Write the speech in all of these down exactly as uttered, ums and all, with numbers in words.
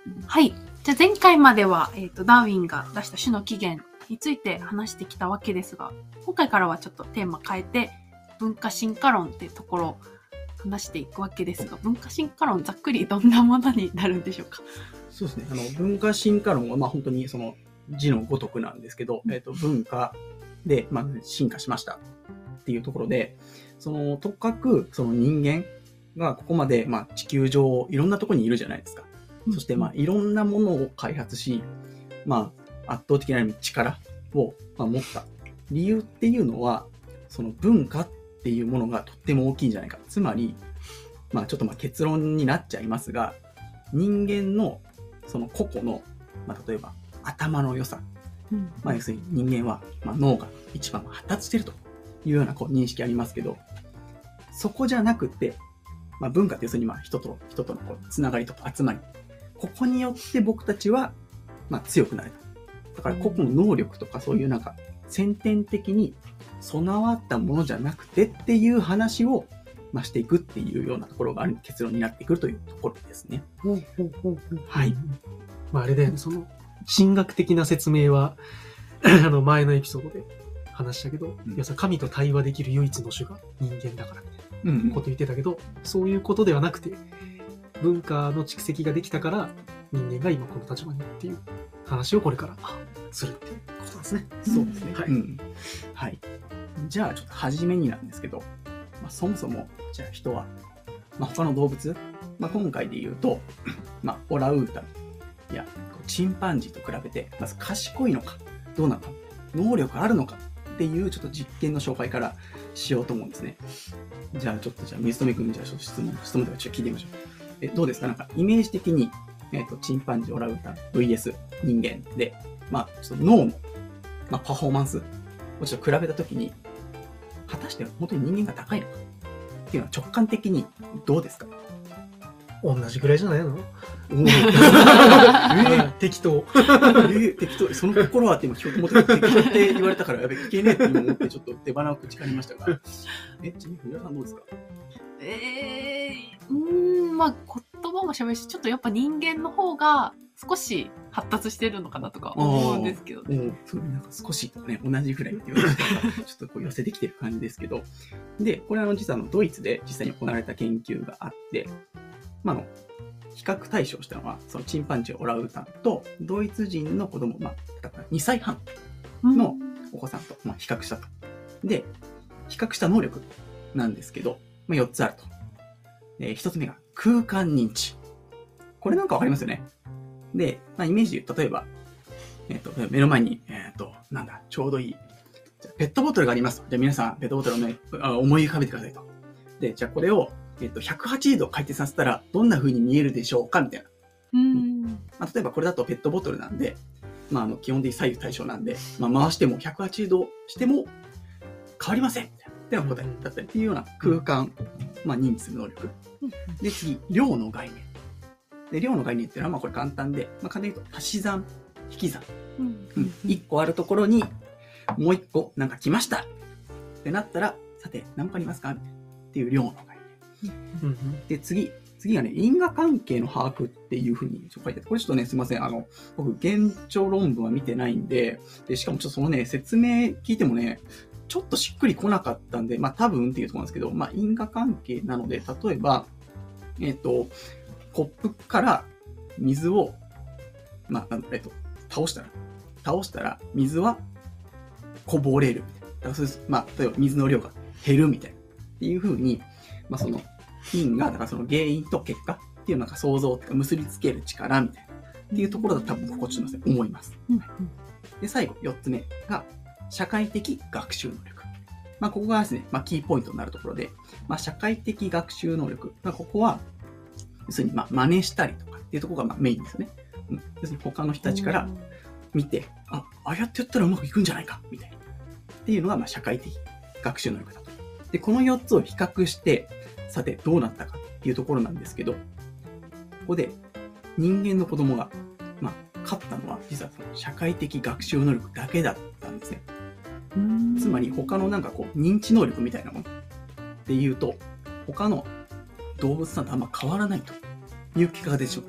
はい。じゃあ前回までは、えっと、ダーウィンが出した種の起源について話してきたわけですが、今回からはちょっとテーマ変えて、文化進化論っていうところを話していくわけですが、文化進化論、ざっくりどんなものになるんでしょうか。 そうですね。あの、文化進化論は、まあ本当にその字のごとくなんですけど、えっと、文化で、まあ、進化しましたっていうところで、その、とかく、その人間がここまで、まあ地球上、いろんなところにいるじゃないですか。そして、まあ、いろんなものを開発し、まあ、圧倒的な力を、まあ、持った理由っていうのは、その文化っていうものがとっても大きいんじゃないか。つまり、まあ、ちょっとまあ結論になっちゃいますが、人間のその個々の、まあ、例えば頭の良さ、うん、まあ、要するに人間は、まあ、脳が一番発達しているというようなこう認識ありますけど、そこじゃなくて、まあ、文化って要するにまあ人と人とのこうつながりとか集まり、ここによって僕たちは、まあ、強くなれた。だから個々の能力とかそういうなんか先天的に備わったものじゃなくてっていう話を、まあ、していくっていうようなところがある結論になってくるというところですね。 ほうほうほうほう。 はい。 まああれだよね、その神学的な説明はあの前のエピソードで話したけど、うん、いやさ神と対話できる唯一の種が人間だからみたいなこと言ってたけど、うんうん、そういうことではなくて。文化の蓄積ができたから人間が今この立場にいるっていう話をこれからするっていうことですね。 そうですね。はい。うん、はい。じゃあちょっと初めになんですけど、まあ、そもそもじゃあ人は、まあ、他の動物、まあ、今回で言うと、まあ、オランウータンやチンパンジーと比べてまず賢いのかどうなのか能力あるのかっていうちょっと実験の紹介からしようと思うんですね。じゃあちょっとじゃあ水留君じゃあちょっと質問質問とかちょっと聞いてみましょう。えどうですかなんかイメージ的に、えっと、チンパンジー、オランウータン、ブイエス 人間で、まあ、ちょっと脳の、まあ、パフォーマンスをちょっと比べたときに、果たして本当に人間が高いのかっていうのは直感的にどうですか？ 同じぐらいじゃないの？ おーえー、適当。 えー、適当。その心はって今、聞こうと思って適当って言われたから、やべ、聞けねえって思って、ちょっと手鼻を口かりましたが。え、ちなみに、皆さんどうですか？ えー、うーん、まあ、言葉も喋るし、ちょっとやっぱ人間の方が少し発達してるのかなとか思うんですけど、 ね。そう、なんか少しとかね、同じぐらいって言われたら、ちょっとこう寄せてきてる感じですけど。で、これあの、実はあの、ドイツで実際に行われた研究があって、まあ、あの、比較対象したのは、そのチンパンジー、オランウータンと、ドイツ人の子供、まあ、だからにさいはんのお子さんと、まあ、比較したと。で、比較した能力なんですけど、まあ、よっつあると。えー、ひとつめが空間認知。これなんかわかりますよね。で、まあ、イメージで言う、例えば、えっと、目の前に、えっと、なんだ、ちょうどいい。じゃペットボトルがあります。じゃあ皆さん、ペットボトルをね、思い浮かべてくださいと。で、じゃあこれを、えっと、ひゃくはちじゅうど回転させたら、どんな風に見えるでしょうかみたいな。 うんまあ、例えばこれだとペットボトルなんで、まあ、あの、基本的に左右対称なんで、まあ、回してもひゃくはちじゅうどしても変わりません。みたいな。っていう答えだったりっていうような空間、まあ、認知する能力。で、次、量の概念。で、量の概念っていうのは、まあ、これ簡単で、まあ、簡単に言うと、足し算、引き算。うんうん、いっこあるところに、もういっこなんか来ましたってなったら、さて、何個ありますかっていう量の概念。で、次、次がね、因果関係の把握っていうふうに書いてあって、これちょっとね、すいません。あの、僕、現状論文は見てないんで、で、しかもちょっとそのね、説明聞いてもね、ちょっとしっくりこなかったんで、まあ多分っていうところなんですけど、まあ因果関係なので、例えば、えっと、コップから水を、まあ、えっと、倒したら、倒したら水はこぼれるみたいな。だからそうです。まあ、例えば水の量が減るみたいな。っていうふうに、まあその、因が、だからその原因と結果っていうのが想像とか結びつける力みたいな。っていうところだと多分心地よい思います。で、最後、よっつめが、社会的学習能力。まあ、ここがですね、まあ、キーポイントになるところで、まあ、社会的学習能力。まあ、ここは、要するに、まあ、真似したりとかっていうところがまあメインですよね。うん、要するに、他の人たちから見て、あ、ああやってやったらうまくいくんじゃないか、みたいな。っていうのが、まあ、社会的学習能力だと。で、このよっつを比較して、さて、どうなったかっていうところなんですけど、ここで、人間の子供が、まあ、勝ったのは、実はその社会的学習能力だけだったんですね。つまり他のなんかこう認知能力みたいなものっていうと他の動物さんとあんま変わらないという結果が出てしまったんですよ。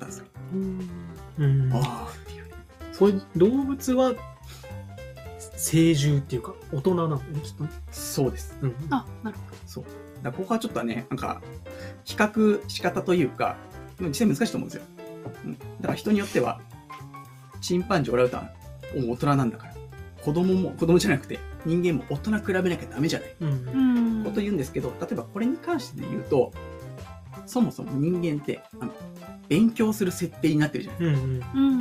うん、 ああっていう。 そういう動物は成獣っていうか大人なんだよね、きっとね。 そうです。 うん、あ、なるほど。 そう。だここはちょっとね、なんか比較仕方というか、実際難しいと思うんですよ。うん、だから人によってはチンパンジー、オランウータンも大人なんだから、子供も子供じゃなくて人間も大人比べなきゃダメじゃない、うん、こと言うんですけど、例えばこれに関して言うと、そもそも人間ってあの勉強する設定になってるじゃないですか。うんうん、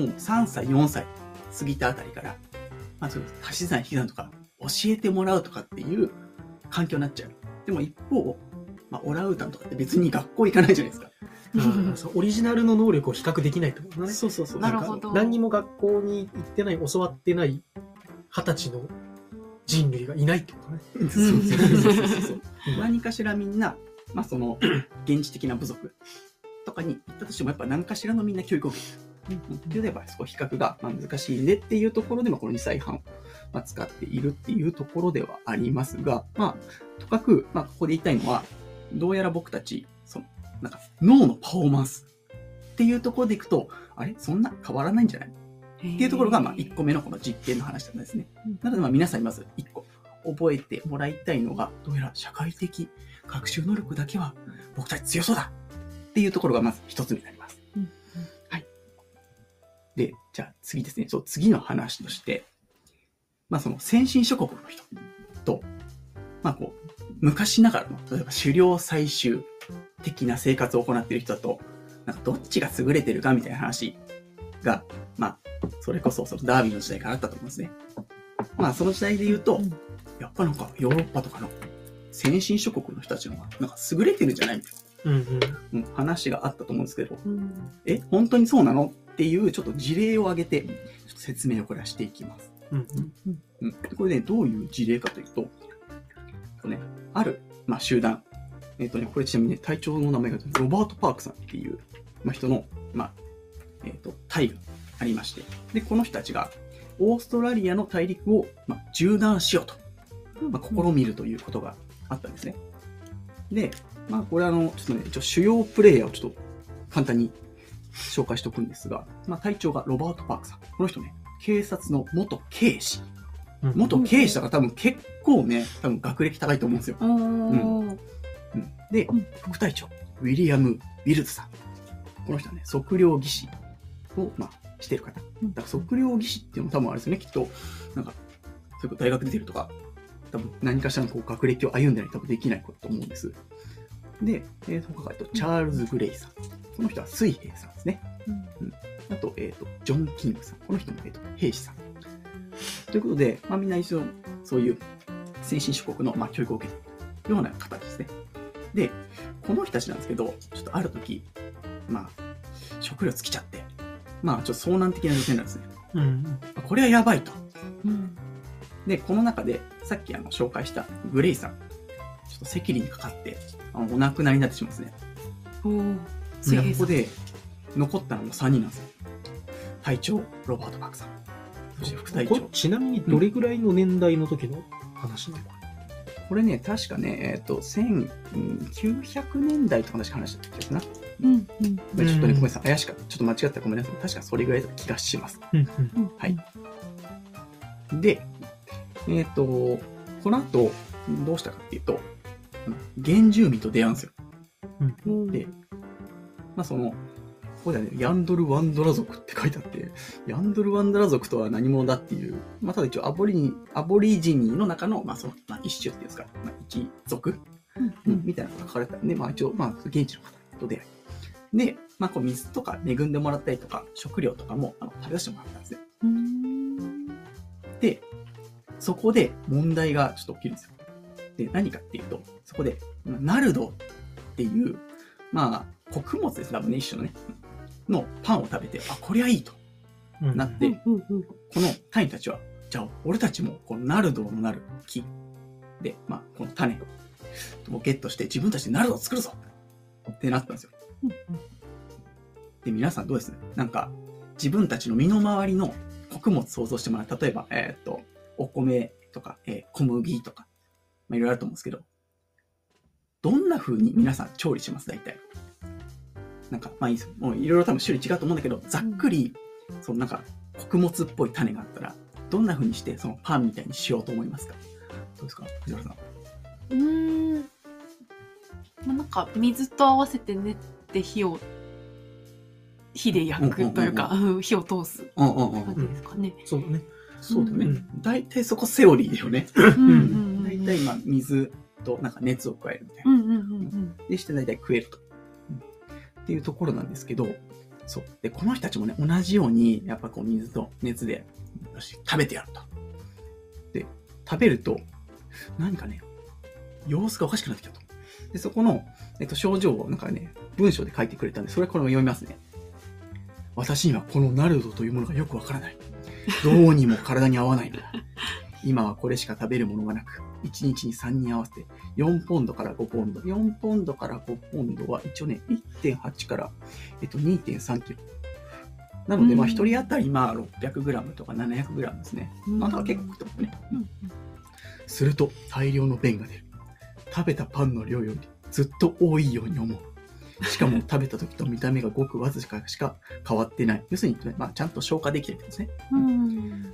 もうさんさいよんさい過ぎたあたりから、まあ、足し算引き算とか教えてもらうとかっていう環境になっちゃう。でも一方、まあ、オランウータンとかって別に学校行かないじゃないですか。 うん、そうオリジナルの能力を比較できないってことだね。 そうそうそう。 なるほど。 何にも学校に行ってない、教わってない二十歳の人類がいないってことね。 そうそうそうそうそう。何かしらみんな、まあその現地的な部族とかに行ったとしてもやっぱ何かしらのみんな教育を受けてる。っていうのは比較が難しいんでっていうところでもこのにさいはんを使っているっていうところではありますが、まあとかくまあここで言いたいのは、どうやら僕たちそのなんか脳のパフォーマンスっていうところでいくと、あれそんな変わらないんじゃないっていうところがまあいっこめのこの実験の話なんですね。なのでまあ皆さんにまずいっこ覚えてもらいたいのが、どうやら社会的学習能力だけは僕たち強そうだっていうところがまず一つになります。うんうん、はい。で、じゃあ次ですね。そう、次の話として、まあその先進諸国の人と、まあこう、昔ながらの、例えば狩猟採集的な生活を行っている人だと、なんかどっちが優れてるかみたいな話が、まあ、それこそそのダーウィンの時代からあったと思うんですね。まあその時代で言うと、やっぱなんかヨーロッパとかの先進諸国の人たちの方がなんか優れてるんじゃないみたいな、うんうん、話があったと思うんですけど、うん、え、本当にそうなのっていうちょっと事例を挙げてちょっと説明をこれはしていきます。うんうんうん、これね、どういう事例かというと、とね、ある、まあ、集団、えっとね、これちなみにね、隊長の名前がロバート・パークさんっていう、まあ、人の、まあ、えっと、隊がありまして、で、この人たちがオーストラリアの大陸を、まあ、縦断しようと、まあ、試みるということがあったんですね。で、まあ、これあの、ちょっとね、一応主要プレイヤーをちょっと簡単に紹介しておくんですが、まあ、隊長がロバート・パークさん。この人ね、警察の元警視。元警視だから多分結構ね、多分学歴高いと思うんですよ。うんうん、で、副隊長、ウィリアム・ウィルズさん。この人はね、測量技師を、まあ、してる方。だから測量技師っていうのも多分あれですよね、きっと、なんか、そういう大学出てるとか、多分何かしらのこう学歴を歩んでないと多分できないことと思うんです。で、えー、他が、えっと、チャールズ・グレイさん。この人は水兵さんですね。うん、あと、えっと、ジョン・キングさん。この人も、えっと、兵士さん。ということで、まあ、みんな一緒、そういう先進諸国の、まあ、教育を受けているような方ですね。で、この人たちなんですけど、ちょっとある時、まあ、食料尽きちゃって、まあ、ちょっと遭難的な状況なんですね。うん、これはやばいと。うん、で、この中で、さっきあの紹介したグレイさん、ちょっと赤痢にかかって、あのお亡くなりになってしまうんですね。おー。で、ここで、残ったのもさんにんなんですよ。隊長、ロバート・パークさん。そして副隊長。 ちなみにどれぐらいの年代の時の話なの、うん、 これね、確かね、えっと、せんきゅうひゃくねんだいとか確か話したっけかな。うんうん。ちょっとね、ごめんなさい。怪しかった。ちょっと間違ったらごめんなさい。確かそれぐらいだった気がします。うんうん。はい。で、えっと、この後、どうしたかっていうと、原住民と出会うんですよ。うん、で、まあその、ここではね、ヤンドル・ワンドラ族って書いてあって、ヤンドル・ワンドラ族とは何者だっていう、まあ、ただ一応アボリニ、アボリジニの中の、まあその、まあ、一種っていうんですか、まあ、一族、うんうん、みたいなのが書かれてたんで、まあ一応、まあ現地の方と出会い。で、まあこう水とか恵んでもらったりとか、食料とかもあの食べ出してもらったんですね。で、そこで問題がちょっと起きるんですよ。で、何かっていうと、そこで、ナルドっていう、まあ、穀物ですね、多分ね、一種のね。のパンを食べて、あ、これはいいとなって、うんうんうん、この隊員たちは、じゃあ俺たちもこのナルドのなる木で、まあ、この種をゲットして自分たちでナルドを作るぞってなったんですよ。うんうん、で、皆さんどうですね、なんか自分たちの身の回りの穀物想像してもらう。例えば、えっと、お米とか、えー、小麦とか、まあ、いろいろあると思うんですけど、どんな風に皆さん調理します大体。 なんか、まあいいですよ。もういろいろ多分種類違うと思うんだけど、ざっくり、うん、そのなんか、穀物っぽい種があったら、どんな風にして、そのパンみたいにしようと思いますか？どうですか、藤原さん。 うーん。なんか、水と合わせて練って火を、火で焼くというか、うんうんうん、火を通す感じですかね。 そうだね。 そうだね。大体そこセオリーだよね。大体今、水となんか熱を加えるみたいな。でして大体食えると。っていうところなんですけど、そう。で、この人たちもね、同じように、やっぱこう水と熱で、よし、食べてやると。で、食べると、何かね、様子がおかしくなってきたと。で、そこの、えっと、症状をなんかね、文章で書いてくれたんで、それこれも読みますね。私にはこのナルドというものがよくわからない。どうにも体に合わないのだ。今はこれしか食べるものがなく、いちにちにさんにん合わせてよんポンドからごポンド。よんポンドからごポンドは一応ね、いってんはち から、えっと、にてんさんキロ。なので、まあ、一人当たり、まあ、ろっぴゃくグラム とか ななひゃくグラム ですね。まあ、だから結構食ってますね。うん、すると、大量の便が出る。食べたパンの量よりずっと多いように思う。しかも食べた時と見た目がごくわずかしか変わってない。要するに、まあ、ちゃんと消化できてるんですね。うん、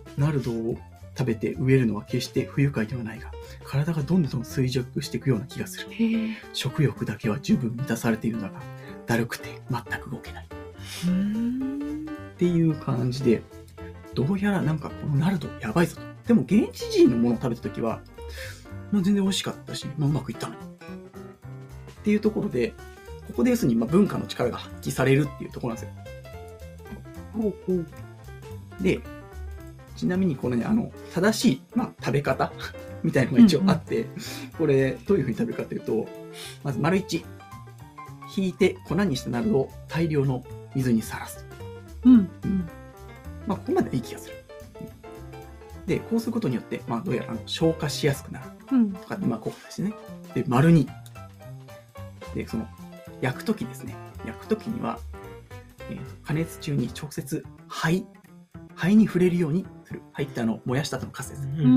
ナルドを食べて飢えるのは決して不愉快ではないが、体がどんどん衰弱していくような気がする。食欲だけは十分満たされているのだが、だるくて全く動けない。うーんっていう感じで、どうやらなんかこのナルドやばいぞと。でも現地人のものを食べた時は、まあ、全然美味しかったし、まあ、うまくいったのに。っていうところで、ここで要するにまあ文化の力が発揮されるっていうところなんですよ。ほうほう。で、ちなみにこのね、あの、正しい、まあ、食べ方みたいなのが一応あって、うんうん、これ、どういうふうに食べるかというと、まず、丸一、ひいて粉にしたナルドを大量の水にさらす。うん。うん。まあ、ここまでいい気がする。で、こうすることによって、まあ、どうやら消化しやすくなる。とかって、まあ、効果ですね。で、丸二。で、その、焼くときですね。焼くときには、えー、加熱中に直接灰、灰に触れるようにする。灰ってあの、燃やした後のカスです。うん、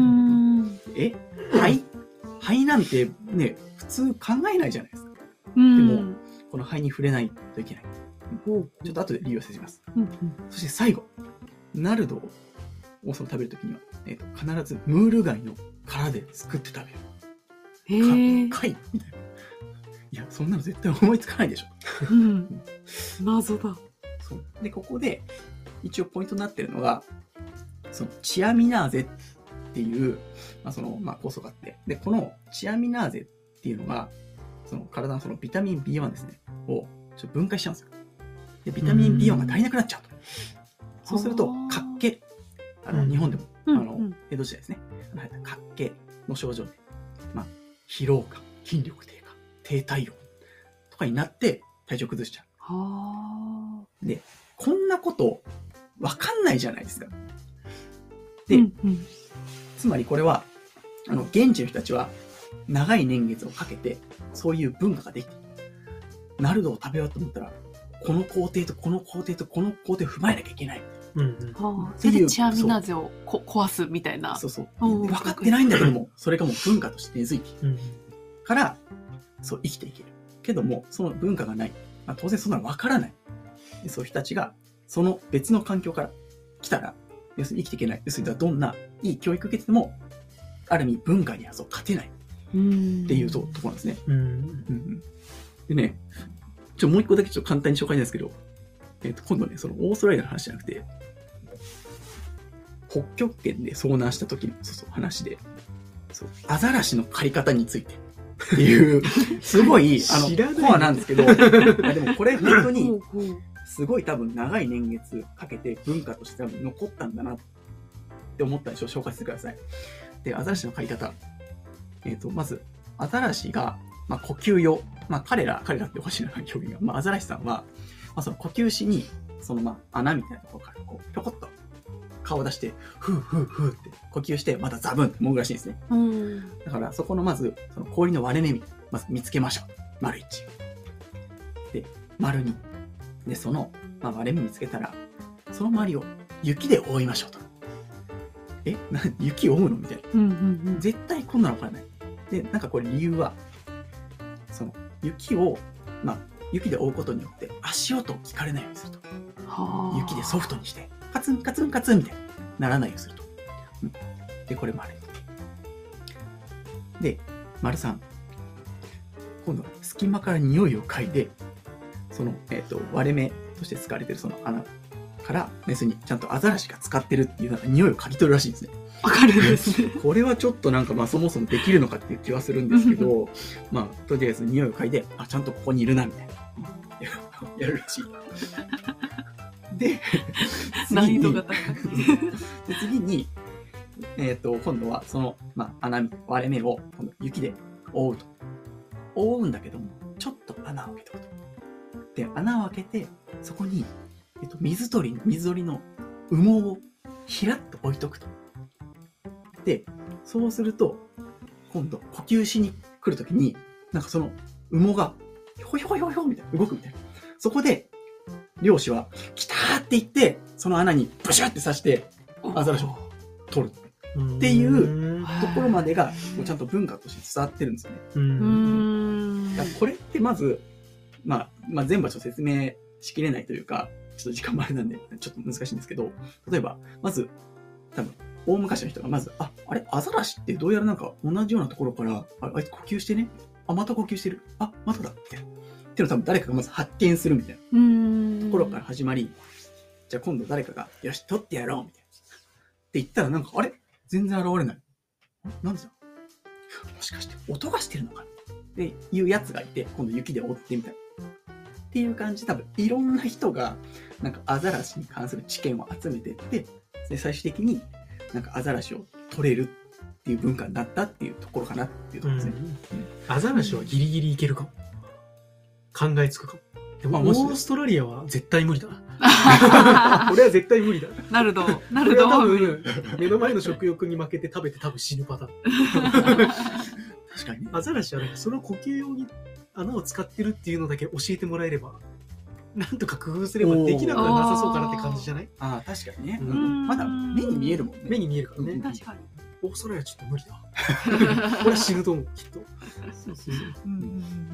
え灰灰なんてね、普通考えないじゃないですか。でも、この灰に触れないといけない。ちょっと後で理由を説明します。うんうん、そして最後、ナルドをその食べるときには、えーと、必ずムール貝の殻ですくって食べる。へー。貝みたいな。いや、そんなの絶対思いつかないでしょ。うん。 謎だ。 そう。で、ここで、一応ポイントになってるのが、その、チアミナーゼっていう、まあ、その、まあ、酵素があって、で、このチアミナーゼっていうのが、その、体のそのビタミン ビーワン ですね、を、ちょっと分解しちゃうんですよ。で、ビタミン ビーワン が足りなくなっちゃうと。そうすると、活気。あの、日本でも、あの、江戸時代ですね。活気の症状で、まあ、疲労感、筋力低下、低体温とかになって体調崩しちゃう。はで、こんなことわかんないじゃないですか。で、うんうん、つまりこれは、あの、現地の人たちは長い年月をかけてそういう文化ができている。ナルドを食べようと思ったら、この工程とこの工程とこの工程を踏まえなきゃいけない。うんうんはあ、それでチアミナーゼをこ壊すみたいな。 そうそう。分かってないんだけども、それがもう文化として根付いている。うん、から、そう生きていける。けども、その文化がない。まあ、当然そんなの分からない。でそういう人たちが、その別の環境から来たら、要するに生きていけない。要するにどんないい教育を受けても、ある意味文化にはそう勝てない。っていうところなんですね。うんうん、でね、ちょもう一個だけちょっと簡単に紹介なんですけど、えっと、今度ね、そのオーストラリアの話じゃなくて、北極圏で遭難した時のそうそう話で、そう、アザラシの狩り方についてっていう、すごい、あの、コアなんですけど、でもこれ本当に、すごい多分長い年月かけて文化として多分残ったんだなって思ったんで、紹介してください。で、アザラシの狩り方。えっと、まず、アザラシが、まあ、呼吸用。まあ、彼ら、彼らっておかしいな表現が。まあ、アザラシさんは、まあ、その呼吸しに、そのまあ、穴みたいなところから、こう、ぴょこっと顔を出して、ふうふうふうって呼吸して、またザブンって潜るらしいんですね。うん。だから、そこのまず、その氷の割れ目、まず見つけましょう。丸一。で、丸二。で、その、まあ、割れ目見つけたら、その周りを雪で覆いましょうと。えな雪を覆うのみたいな。うんうんうん。絶対こんなのわからない。で、なんかこれ理由は、その、雪を、まあ、雪で覆うことによって、あ、 足音を聞かれないようにすると。 はあ。 雪でソフトにして、カツンカツンカツンみたいにならないようにすると。うん、で、これ丸。で、丸さん。今度は隙間から匂いを嗅いで、その、えっと、割れ目として使われているその穴から、要するにちゃんとアザラシが使ってるっていうなんか匂いを嗅ぎ取るらしいんですね。 わかるんですね。 これはちょっとなんかまあそもそもできるのかっていう気はするんですけど、まあとりあえず匂いを嗅いで、あ、ちゃんとここにいるなみたいな。やるらしい。で、 難易度が高い。 で次に、えっと、今度はその、まあ、穴、割れ目を今度雪で覆うと。覆うんだけども、ちょっと穴を開けておくと。で、穴を開けて、そこに、えっと、水鳥の、水鳥の羽毛をひらっと置いとくと。で、そうすると、今度、呼吸しに来るときに、なんかその羽毛が、ひょひょひょひょみたいな、動くみたいな。そこで、漁師は、来たーって言って、その穴にブシュって刺して、アザラシを取る。っていうところまでが、ちゃんと文化として伝わってるんですよね。 うーん。 だからこれってまず、まあ、まあ全部はちょっと説明しきれないというか、ちょっと時間もあれなんで、ちょっと難しいんですけど、例えば、まず、多分、大昔の人がまず、あ、あれ、アザラシってどうやらなんか同じようなところから、あ、あいつ呼吸してね。あ、また呼吸してる。あ、まただ。みたいな。っていうのを多分誰かがまず発見するみたいなところから始まり、じゃあ今度誰かが、よし、取ってやろうみたいな。って言ったらなんか、あれ全然現れない。なんでだもしかして音がしてるのかっていうやつがいて、今度雪で追ってみたい。っていう感じで多分いろんな人がなんかアザラシに関する知見を集めていって、で最終的になんかアザラシを取れるっていう文化になったっていうところかなっていうところですね。うんうん、 アザラシはギリギリいけるかも。考えつくかも。でもオーストラリアは絶対無理だ。俺は絶対無理だ。 なるほど。なるほど。 多分目の前の食欲に負けて食べて多分死ぬパターン。 確かに。 アザラシはね、その呼吸用に穴を使ってるっていうのだけ教えてもらえれば、なんとか工夫すればできなくはなさそうかなって感じじゃない？ ああ、確かにね。うん、まだ目に見えるもんね。 目に見えるからね。 確かに。 オーストラリアちょっと無理だ。これ死ぬと思う、きっと。 そうそうそう。うんうんうん、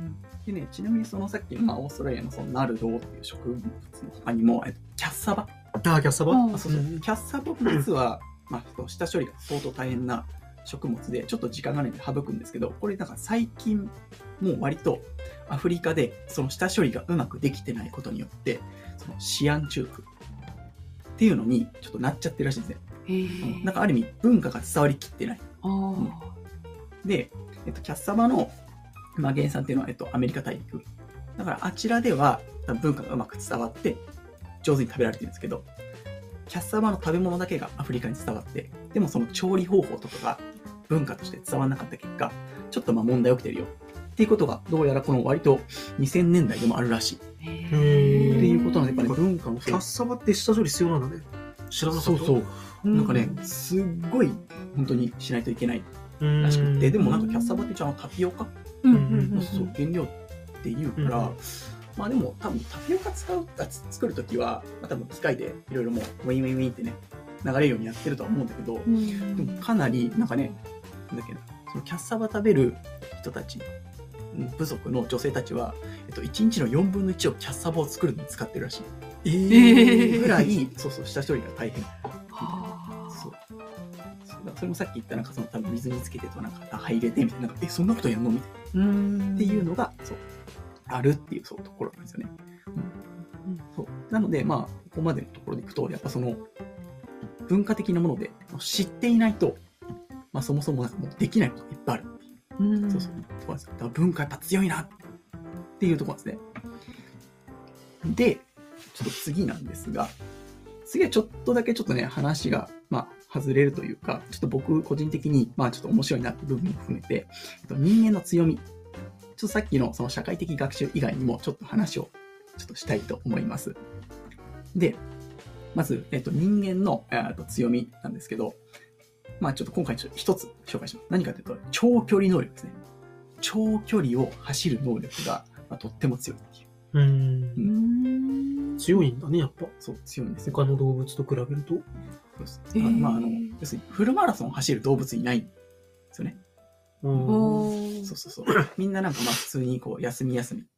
でね、ちなみにそのさっきの、まあ、オーストラリアのそのナルドっていう植物の他にも、えっと、キャッサバ。 あ、キャッサバ？ あ、そうそう。キャッサバも実は、まあ、下処理が相当大変な食物で、ちょっと時間がないので省くんですけど、これなんか最近、もう割とアフリカでその下処理がうまくできてないことによって、そのシアン中毒っていうのにちょっとなっちゃってるらしいんですね。なんかある意味文化が伝わりきってない。うん、で、えっと、キャッサバの、まあ、原産っていうのは、えっと、アメリカ大陸。だからあちらでは文化がうまく伝わって上手に食べられてるんですけど、キャッサバの食べ物だけがアフリカに伝わって、でもその調理方法とかが文化として伝わらなかった結果、ちょっとまあ問題起きてるよっていうことがどうやらこの割とにせんねんだいでもあるらしい。へー。っていうことなんで、やっぱり文化のキャッサバって下処理必要なんだね。知らなかった。 そうそう。なんかね、すっごい本当にしないといけないらしくて、でもなんかキャッサバって一応タピオカの原料っていうから、まあでも多分タピオカ使う作るときは、まあ、多分機械でいろいろもうウィンウィンウィンってね流れるようにやってるとは思うんだけど、でもかなりなんかね、なんだっけな、そのキャッサバ食べる人たち部族の女性たちは、えっと、いちにちのよんぶんのいちをキャッサバを作るのに使ってるらしい。えー、ぐらい、そうそう、下処理が大変。そう。それもさっき言ったなんかその多分水につけてとなんか入れてみたいな、なんかえそんなことやんのみたいなっていうのがそうあるっていうそうところなんですよね。うん、そうなのでまあここまでのところでいくとやっぱその文化的なもので知っていないと、まあ、そもそもなんかもうできないことがいっぱいある。うんそうそう。そうです。だから文化やっぱ強いなっていうところですね。でちょっと次なんですが。次はちょっとだけちょっとね、話が、まあ、外れるというか、ちょっと僕個人的に、まあちょっと面白いなって部分も含めて、人間の強み、ちょっとさっきのその社会的学習以外にもちょっと話をちょっとしたいと思います。で、まず、えっと、人間の、えー、と強みなんですけど、まあちょっと今回ちょっと一つ紹介します。何かというと、長距離能力ですね。長距離を走る能力が、まあ、とっても強いっていう。うーん強いんだね、やっぱ。 そう、強いんですよ。 他の動物と比べると。そうです。えー、まあ、あの、要するにフルマラソンを走る動物いないんですよね。そうそうそう。みんななんかまあ普通にこう休み休み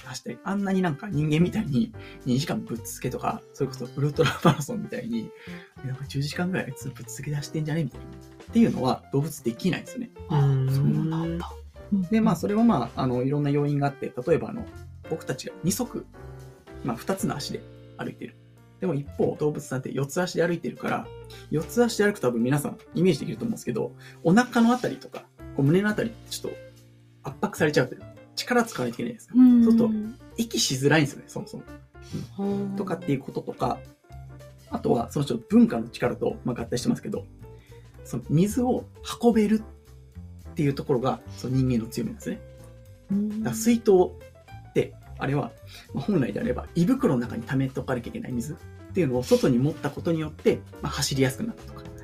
走ったり、あんなになんか人間みたいににじかんぶっつけとか、それこそウルトラマラソンみたいに、なんかじゅうじかんぐらいぶっつけ出してんじゃねみたいな。っていうのは動物できないんですよね。 あ、そうなんだ。 で、まあそれはまあ、あの、いろんな要因があって、例えばあの、僕たちがに足、まあふたつの足で歩いてる。でも一方、動物さんってよっつ足で歩いてるから、よっつ足で歩くと多分皆さんイメージできると思うんですけど、お腹のあたりとか、こう胸のあたりってちょっと圧迫されちゃうという、力使わないといけないですか。そうすると、息しづらいんですよね、そもそも。うん、とかっていうこととか、あとは、そのちょっと文化の力と、まあ、合体してますけど、その水を運べるっていうところが、その人間の強みなんですね。だから水筒って、あれは、まあ、本来であれば、胃袋の中に溜めておかなきゃいけない水っていうのを外に持ったことによって、まあ、走りやすくなったとか、うん。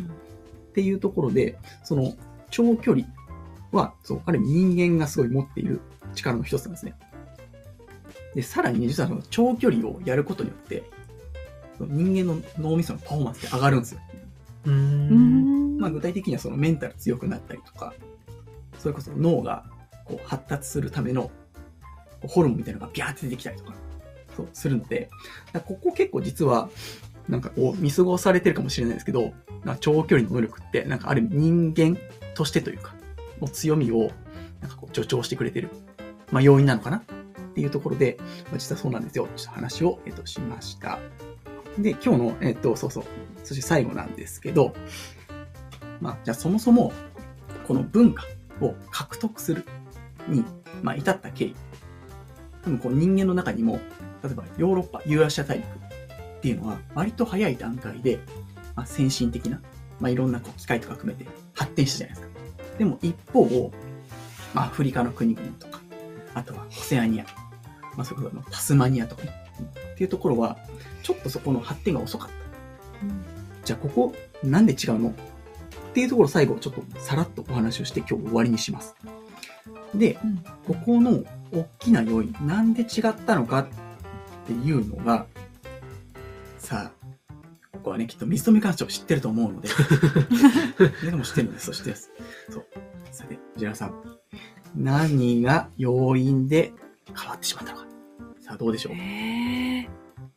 っていうところで、その長距離は、そう、ある意味人間がすごい持っている力の一つなんですね。で、さらにね、実はその長距離をやることによって、人間の脳みそのパフォーマンスって上がるんですよ。うーん、まあ、具体的にはそのメンタル強くなったりとか、それこそ脳がこう発達するためのホルモンみたいなのがビャーって出てきたりとか、そうするので、ここ結構実はなんかこう見過ごされてるかもしれないですけど、長距離の能力ってなんかある意味人間としてというか、の強みをなんかこう助長してくれてる、まあ、要因なのかなっていうところで、まあ、実はそうなんですよ。ちょっと話を、えっと、しました。で、今日の、えっと、そうそう、そして最後なんですけど、まあ、じゃあそもそも、この文化を獲得するに、まあ、至った経緯。多分こう人間の中にも、例えばヨーロッパ、ユーラシア大陸っていうのは、割と早い段階で、まあ、先進的な、まあ、いろんなこう機械とか含めて発展したじゃないですか。でも一方、まあ、アフリカの国々とか、あとはオセアニア、まあ、そこのタスマニアとかね、っていうところは、ちょっとそこの発展が遅かった。うん、じゃあここ、なんで違うのっていうところを最後、ちょっとさらっとお話をして今日終わりにします。で、うん、ここの大きな要因、なんで違ったのかっていうのが、さあ、ここはね、きっと水富館長知ってると思うので、でも知ってるんです、そしてです。そう。さて、藤原さん、何が要因で変わってしまったのか。さあ、どうでしょう。 えー、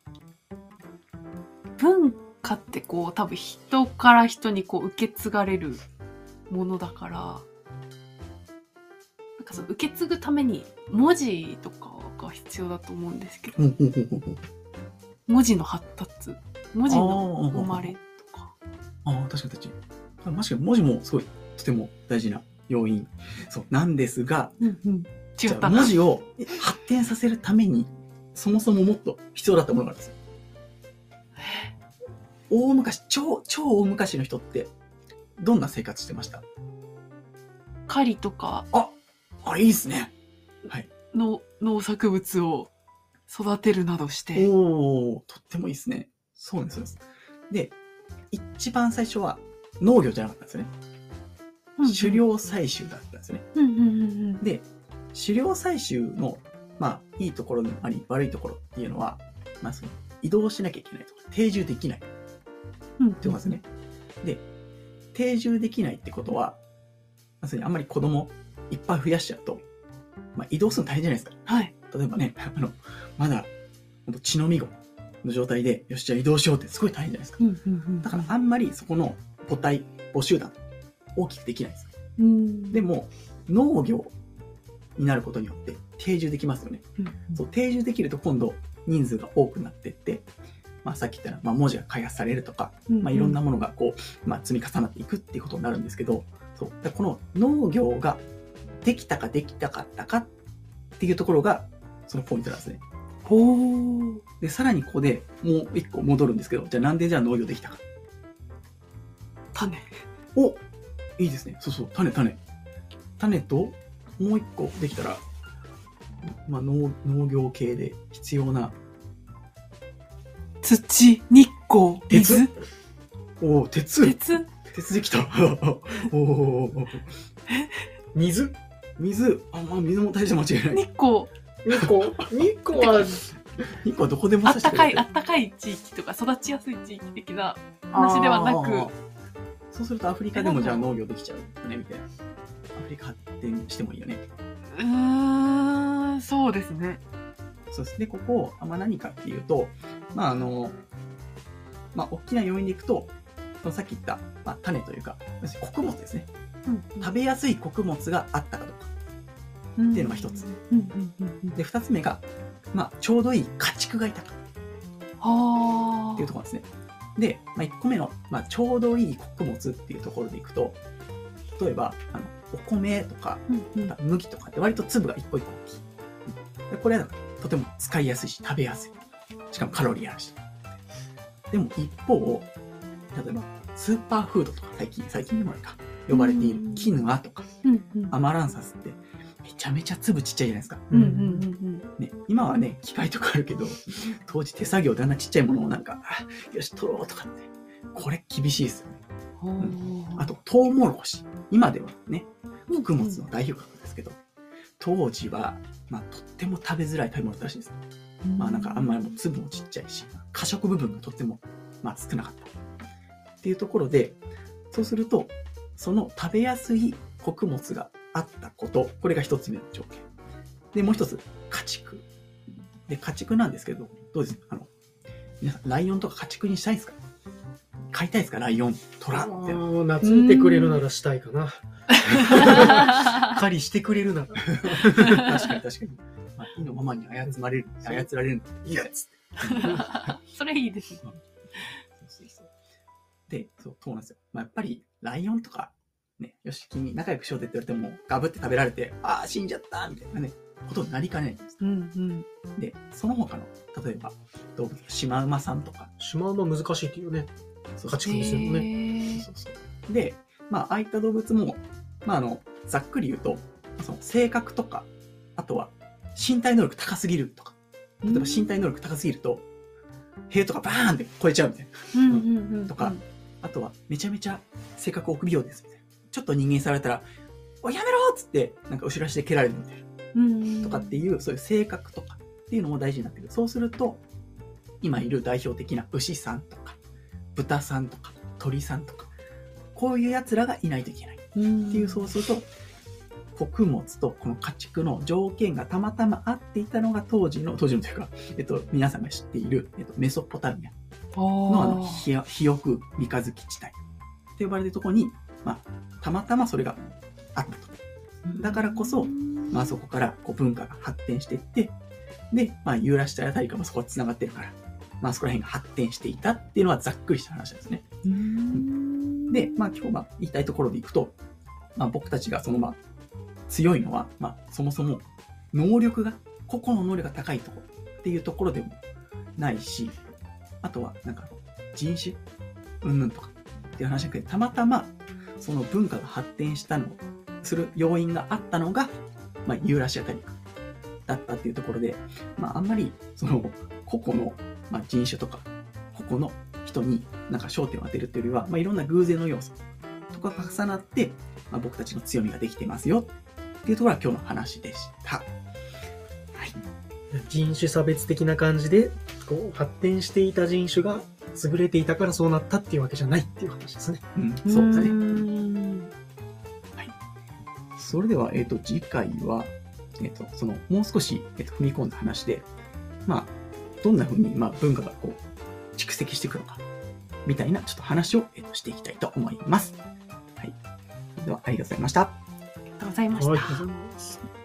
文化ってこう、多分人から人にこう受け継がれるものだから、なんかその受け継ぐために文字とかが必要だと思うんですけど、文字の発達、文字の生まれとか。 ああ、確かに確かに。確かに文字もすごい、とても大事な要因。そう、なんですが、 うんうん、違った。 文字を発展させるために、そもそももっと必要だったものがあるんですよ。大昔、超、超大昔の人って、どんな生活してました？ 狩りとか。 あ、あ、いいですね。はい。 の農作物を育てるなどして。 おー、とってもいいですね。そうです、そうです。で、一番最初は農業じゃなかったんですよね。うんうん、狩猟採集だったんですよね。 うんうんうんうん、で、 狩猟採集の、まあ、いいところでもあり、悪いところっていうのは、まあ、その移動しなきゃいけないとか、定住できない。うん。ってことですね。で、定住できないってことは、まさにあんまり子供いっぱい増やしちゃうと、まあ、移動するの大変じゃないですか。 はい。 例えばね、あの、まだ、血のみ子の状態で、よし、じゃあ移動しようってすごい大変じゃないですか。うんうんうん、だからあんまりそこの母体、母集団、大きくできないんですよ。うん、でも、農業になることによって定住できますよね。うんうん、そう、定住できると今度人数が多くなっていって、まあ、さっき言ったら、まあ、文字が開発されるとか、うんうん、まあ、いろんなものがこう、まあ、積み重なっていくっていうことになるんですけど、そう。だこの農業ができたかできたかったかっていうところが、そのポイントなんですね。ほー。で、さらにここでもう一個戻るんですけど、じゃあなんでじゃあ農業できたか。 種。 お、いいですね。そうそう、種、種。種と、もう一個できたら、まあ、農、農業系で必要な、 土、日光、水。 おお、鉄。 鉄鉄できた。おお。水水。あ、まあ、水も大事で間違いない。 日光。 日光日光は、日光はどこでもあったかい、あったかい地域とか育ちやすい地域的な話ではなく。 そうするとアフリカでもじゃあ農業できちゃうよね、みたいな。アフリカ発展してもいいよね。 うーん。 ん、そうですね。 そうです。で、ここ、まあ、何かっていうと、まあ、あの、まあ、大きな要因でいくと、そのさっき言った、まあ、種というか、要するに穀物ですね。 うん、 食べやすい穀物があったかどうかっていうのが一つ。 うんうんうんうん、 で、二つ目が、まあ、ちょうどいい家畜がいたかはっていうところですね。で、まあ、一個目の、まあ、ちょうどいい穀物っていうところでいくと、例えば、あの、お米とか、 うんうん、 麦とかって割と粒が一個一個大きい。でこれはとても使いやすいし、食べやすい。しかもカロリーあるし。でも一方、例えば、スーパーフードとか最近、最近でもないか、呼ばれているキヌアとか、 うんうん、 アマランサスってめちゃめちゃ粒ちっちゃいじゃないですか。 うんうんうんうんね、今はね、機械とかあるけど、当時手作業であんなちっちゃいものをなんか、よし、取ろうとかって、これ厳しいですよね。うん、あと、トウモロコシ。今ではね、穀物の代表格ですけど、当時は、まあ、とっても食べづらい食べ物らしいです。まあ、なんかあんまりもう粒もちっちゃいし、過食部分がとっても、まあ、少なかった。っていうところで、そうすると、その食べやすい穀物があったこと、これが一つ目の条件。で、もう一つ、家畜。で、家畜なんですけど、どうですあの、皆さん、ライオンとか家畜にしたいですか？飼いたいですか？ライオン、トラって。 懐いてくれるならしたいかな。狩りしてくれるなら。 確かに確かに。まあ、意のままに操られる、操られるのいいやつ。 それいいですね。 そうそうそう。で、そう、そうなんですよ。まあ、やっぱり、ライオンとか、ね、よし、君仲良くしようって言って言われても、ガブって食べられて、ああ、死んじゃったみたいなね、ことになりかねないんです。 うんうん、 で、その他の、例えば、動物、シマウマさんとか。 シマウマ難しいっていうね。 そう家畜ですよね。 そうそうそう。で、まあ、ああいった動物も、まあ、あの、ざっくり言うと、その性格とか、あとは身体能力高すぎるとか、例えば身体能力高すぎると、塀とかバーンって超えちゃうみたいな。 うんうんうん、 とか、あとはめちゃめちゃ性格臆病ですみたいな。ちょっと人間されたら、おいやめろっつって、なんか後ろ足で蹴られるみたいな。 うんうん、 とかっていう、そういう性格とかっていうのも大事になってくる。そうすると、今いる代表的な牛さんとか、豚さんとか、鳥さんとか、こういう奴らがいないといけない。っていう、そうすると、穀物とこの家畜の条件がたまたま合っていたのが当時の、当時のというか、えっと、皆さんが知っている、えっと、メソポタミアのあの、肥沃三日月地帯って呼ばれるところに、まあ、たまたまそれがあったと。だからこそ、まあそこからこう文化が発展していって、で、まあユーラシア大陸もそこは繋がってるから、まあそこら辺が発展していたっていうのはざっくりした話ですね。で、まあ今日まあ言いたいところでいくと、まあ僕たちがそのまあ強いのは、まあそもそも能力が、個々の能力が高いところっていうところでもないし、あとはなんか人種うんぬんとかっていう話だけど、たまたまその文化が発展したのをする要因があったのが、まあユーラシア大陸だったっていうところで、まああんまりその個々のまあ人種とか個々の人になんか焦点を当てるっていうよりは、まあいろんな偶然の要素とかが重なって、まあ、僕たちの強みができてますよっていうところが今日の話でした。はい。 人種差別的な感じでこう発展していた人種が優れていたからそうなったっていうわけじゃないっていう話ですね。 うん、そうですね。はい。それでは、えっと、次回は、えっと、その、もう少し、えっと、踏み込んだ話で、まあ、どんな風に、まあ、文化がこう、蓄積していくのか、みたいな、ちょっと話を、えっと、していきたいと思います。はい。では、ありがとうございました。 ありがとうございました。 はい、ありがとうございます。